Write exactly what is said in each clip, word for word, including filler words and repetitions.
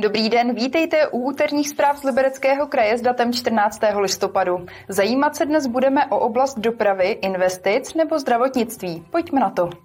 Dobrý den, vítejte u úterních zpráv z Libereckého kraje s datem čtrnáctého listopadu. Zajímat se dnes budeme o oblast dopravy, investic nebo zdravotnictví. Pojďme na to.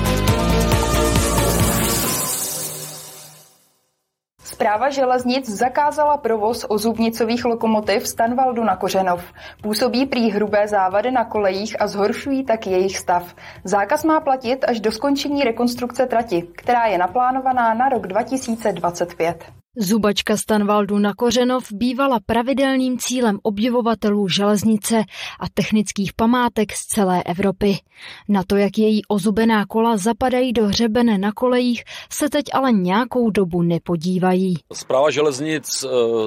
Správa železnic zakázala provoz ozubnicových lokomotiv z Tanvaldu na Kořenov. Působí prý hrubé závady na kolejích a zhoršují tak jejich stav. Zákaz má platit až do skončení rekonstrukce trati, která je naplánovaná na rok dva tisíce dvacet pět. Zubačka z Tanvaldu na Kořenov bývala pravidelným cílem obdivovatelů železnice a technických památek z celé Evropy. Na to, jak její ozubená kola zapadají do hřebene na kolejích, se teď ale nějakou dobu nepodívají. Správa železnic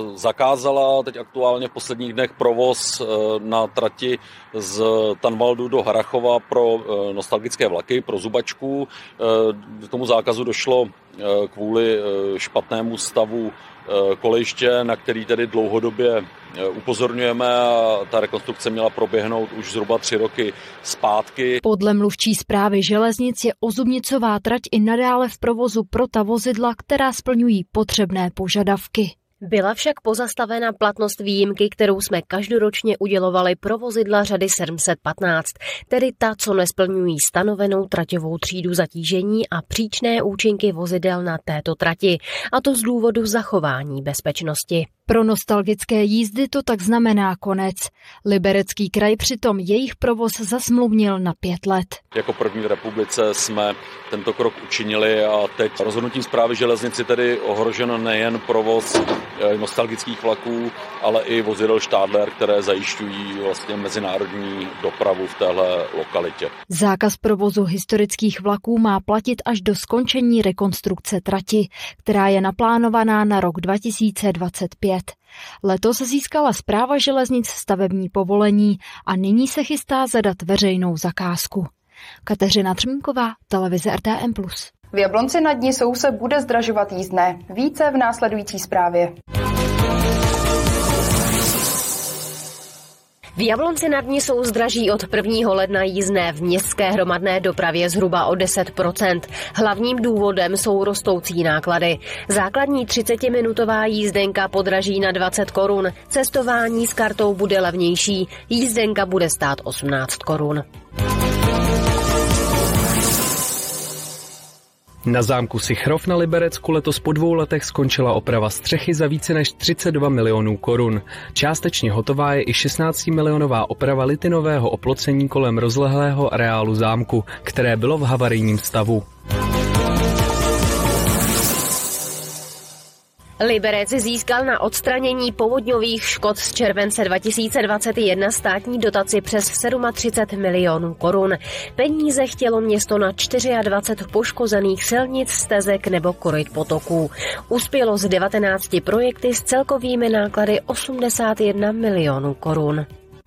zakázala teď aktuálně v posledních dnech provoz na trati z Tanvaldu do Harrachova pro nostalgické vlaky, pro Zubačku. K tomu zákazu došlo kvůli špatnému stavu kolejiště, na který tedy dlouhodobě upozorňujeme, a ta rekonstrukce měla proběhnout už zhruba tři roky zpátky. Podle mluvčí správy železnic je ozubnicová trať i nadále v provozu pro ta vozidla, která splňují potřebné požadavky. Byla však pozastavena platnost výjimky, kterou jsme každoročně udělovali pro vozidla řady sedm set patnáct, tedy ta, co nesplňují stanovenou traťovou třídu zatížení a příčné účinky vozidel na této trati, a to z důvodu zachování bezpečnosti. Pro nostalgické jízdy to tak znamená konec. Liberecký kraj přitom jejich provoz zasmluvnil na pět let. Jako první v republice jsme tento krok učinili a teď rozhodnutím správy železnici tedy ohroženo nejen provoz nostalgických vlaků, ale i vozidel Stadler, které zajišťují vlastně mezinárodní dopravu v téhle lokalitě. Zákaz provozu historických vlaků má platit až do skončení rekonstrukce trati, která je naplánovaná na rok dva tisíce dvacet pět. Letos získala správa železnic stavební povolení a nyní se chystá zadat veřejnou zakázku. Kateřina Třmínková, televize R T M plus. V Jablonci nad Nisou se bude zdražovat jízdné. Více v následující zprávě. V Jablonci nad Nisou zdraží od prvního ledna jízdné v městské hromadné dopravě zhruba o deset procent. Hlavním důvodem jsou rostoucí náklady. Základní třicetiminutová jízdenka podraží na dvacet korun, cestování s kartou bude levnější, jízdenka bude stát osmnáct korun. Na zámku Sichrov na Liberecku letos po dvou letech skončila oprava střechy za více než třicet dva milionů korun. Částečně hotová je i šestnáctimilionová oprava litinového oplocení kolem rozlehlého areálu zámku, které bylo v havarijním stavu. Liberec získal na odstranění povodňových škod z července dva tisíce dvacet jedna státní dotaci přes třicet sedm milionů korun. Peníze chtělo město na dvacet čtyři poškozených silnic, stezek nebo koryt potoků. Uspělo z devatenácti projekty s celkovými náklady osmdesát jedna milionů korun.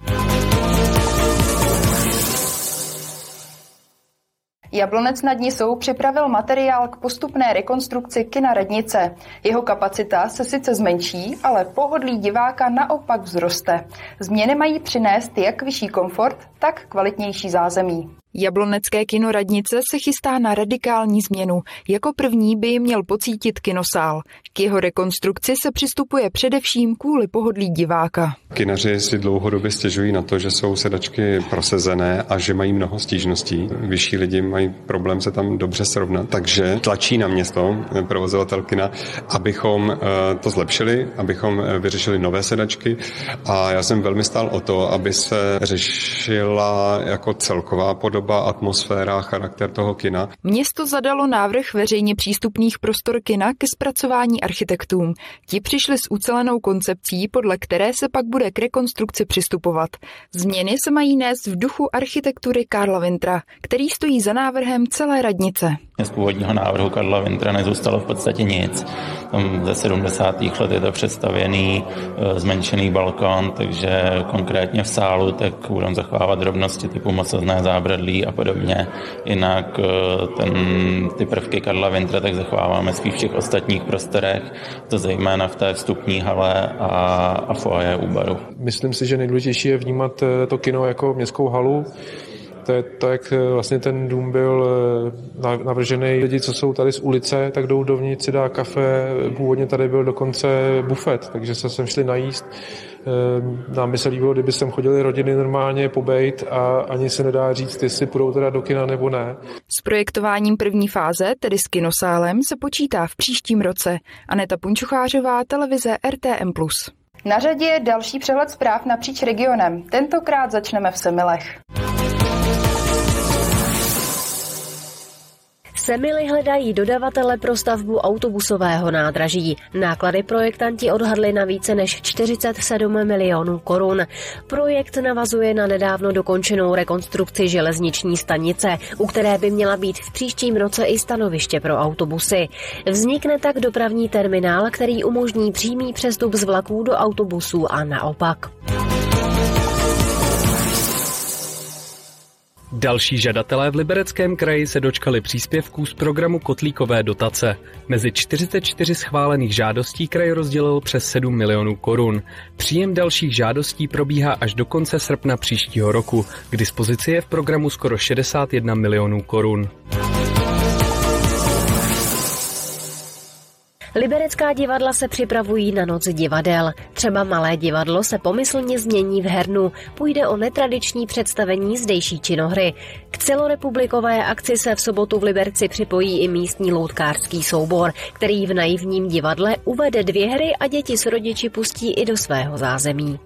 Jablonec nad Nisou připravil materiál k postupné rekonstrukci kina Radnice. Jeho kapacita se sice zmenší, ale pohodlí diváka naopak vzroste. Změny mají přinést jak vyšší komfort, tak kvalitnější zázemí. Jablonecké kino Radnice se chystá na radikální změnu. Jako první by ji měl pocítit kinosál. K jeho rekonstrukci se přistupuje především kvůli pohodlí diváka. Kinaři si dlouhodobě stěžují na to, že jsou sedačky prosezené a že mají mnoho stížností. Vyšší lidi mají problém se tam dobře srovnat, takže tlačí na město, provozovatel kina, abychom to zlepšili, abychom vyřešili nové sedačky, a já jsem velmi stál o to, aby se řešila jako celková podoba, atmosféra, charakter toho kina. Město zadalo návrh veřejně přístupných prostor kina ke zpracování architektům. Ti přišli s ucelenou koncepcí, podle které se pak bude k rekonstrukci přistupovat. Změny se mají nést v duchu architektury Karla Wintra, který stojí za návrhem celé radnice. Z původního návrhu Karla Wintra nezůstalo v podstatě nic. Tam ze sedmdesátých let je to představěný zmenšený balkon, takže konkrétně v sálu tak budeme zachovávat drobnosti typu mosazné zábradlí a podobně. Jinak ten, ty prvky Karla Wintra tak zachováváme spíš v těch ostatních prostorech, to zejména v té vstupní hale a, a foaje u baru. Myslím si, že nejdůležitější je vnímat to kino jako městskou halu, To je to, jak vlastně ten dům byl navržený. Lidi, co jsou tady z ulice, tak jdou dovnitř si dá kafe. Původně tady byl dokonce bufet, takže se sem šli najíst. Nám by se líbilo, kdyby sem chodili rodiny normálně pobejt a ani se nedá říct, jestli půjdou teda do kina nebo ne. S projektováním první fáze, tedy s kinosálem, se počítá v příštím roce. Aneta Punčuchářová, televize R T M plus. Na řadě je další přehled zpráv napříč regionem. Tentokrát začneme v Semilech. Semily hledají dodavatele pro stavbu autobusového nádraží. Náklady projektanti odhadli na více než čtyřicet sedm milionů korun. Projekt navazuje na nedávno dokončenou rekonstrukci železniční stanice, u které by měla být v příštím roce i stanoviště pro autobusy. Vznikne tak dopravní terminál, který umožní přímý přestup z vlaků do autobusů a naopak. Další žadatelé v Libereckém kraji se dočkali příspěvků z programu kotlíkové dotace. Mezi čtyřicet čtyři schválených žádostí kraj rozdělil přes sedm milionů korun. Příjem dalších žádostí probíhá až do konce srpna příštího roku. K dispozici je v programu skoro šedesát jedna milionů korun. Liberecká divadla se připravují na noc divadel. Třeba Malé divadlo se pomyslně změní v hernu. Půjde o netradiční představení zdejší činohry. K celorepublikové akci se v sobotu v Liberci připojí i místní loutkářský soubor, který v naivním divadle uvede dvě hry a děti s rodiči pustí i do svého zázemí.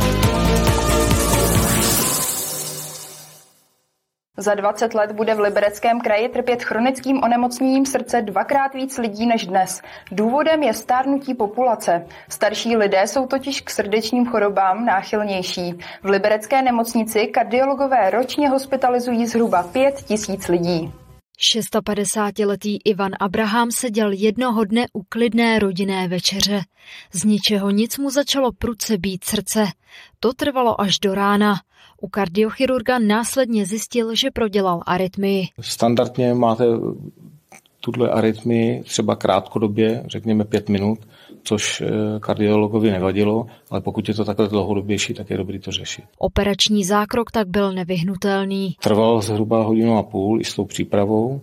Za dvacet let bude v Libereckém kraji trpět chronickým onemocněním srdce dvakrát víc lidí než dnes. Důvodem je stárnutí populace. Starší lidé jsou totiž k srdečním chorobám náchylnější. V liberecké nemocnici kardiologové ročně hospitalizují zhruba pět tisíc lidí. šedesátiletý Ivan Abraham seděl jednoho dne u klidné rodinné večeře. Z ničeho nic mu začalo prudce bít srdce. To trvalo až do rána. U kardiochirurga následně zjistil, že prodělal arytmii. Standardně máte tuhle arytmii třeba krátkodobě, řekněme pět minut, což kardiologovi nevadilo, ale pokud je to takhle dlouhodobější, tak je dobrý to řešit. Operační zákrok tak byl nevyhnutelný. Trval zhruba hodinu a půl i s tou přípravou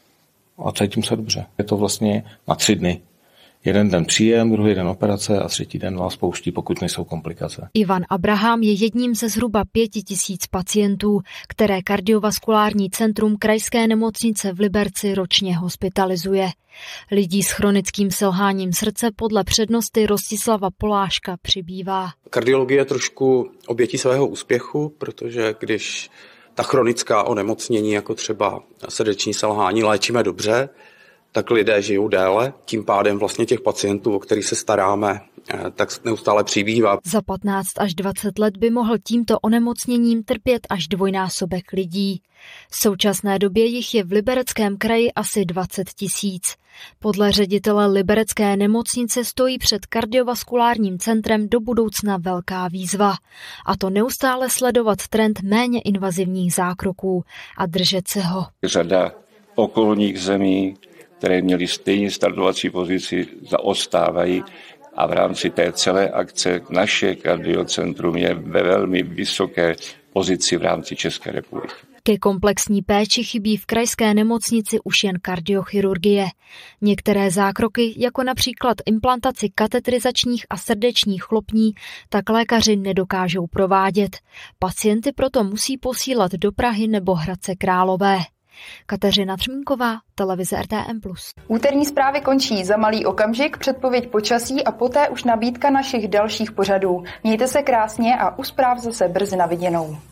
a cítím se dobře. Je to vlastně na tři dny. Jeden den příjem, druhý den operace a třetí den vás pouští, pokud nejsou komplikace. Ivan Abraham je jedním ze zhruba pěti tisíc pacientů, které kardiovaskulární centrum krajské nemocnice v Liberci ročně hospitalizuje. Lidí s chronickým selháním srdce podle přednosty Rostislava Poláška přibývá. Kardiologie je trošku obětí svého úspěchu, protože když ta chronická onemocnění, jako třeba srdeční selhání, léčíme dobře, tak lidé žijou déle, tím pádem vlastně těch pacientů, o kterých se staráme, tak neustále přibývá. Za patnáct až dvacet let by mohl tímto onemocněním trpět až dvojnásobek lidí. V současné době jich je v Libereckém kraji asi dvacet tisíc. Podle ředitele Liberecké nemocnice stojí před kardiovaskulárním centrem do budoucna velká výzva. A to neustále sledovat trend méně invazivních zákroků a držet se ho. Řada okolních zemí, které měly stejně startovací pozici, zaostávají a v rámci té celé akce naše kardiocentrum je ve velmi vysoké pozici v rámci České republiky. Ke komplexní péči chybí v krajské nemocnici už jen kardiochirurgie. Některé zákroky, jako například implantaci katetrizačních a srdečních chlopní, tak lékaři nedokážou provádět. Pacienty proto musí posílat do Prahy nebo Hradce Králové. Kateřina Třmínková, televize R T M plus. Úterní zprávy končí, za malý okamžik předpověď počasí a poté už nabídka našich dalších pořadů. Mějte se krásně a u zpráv zase brzy na viděnou.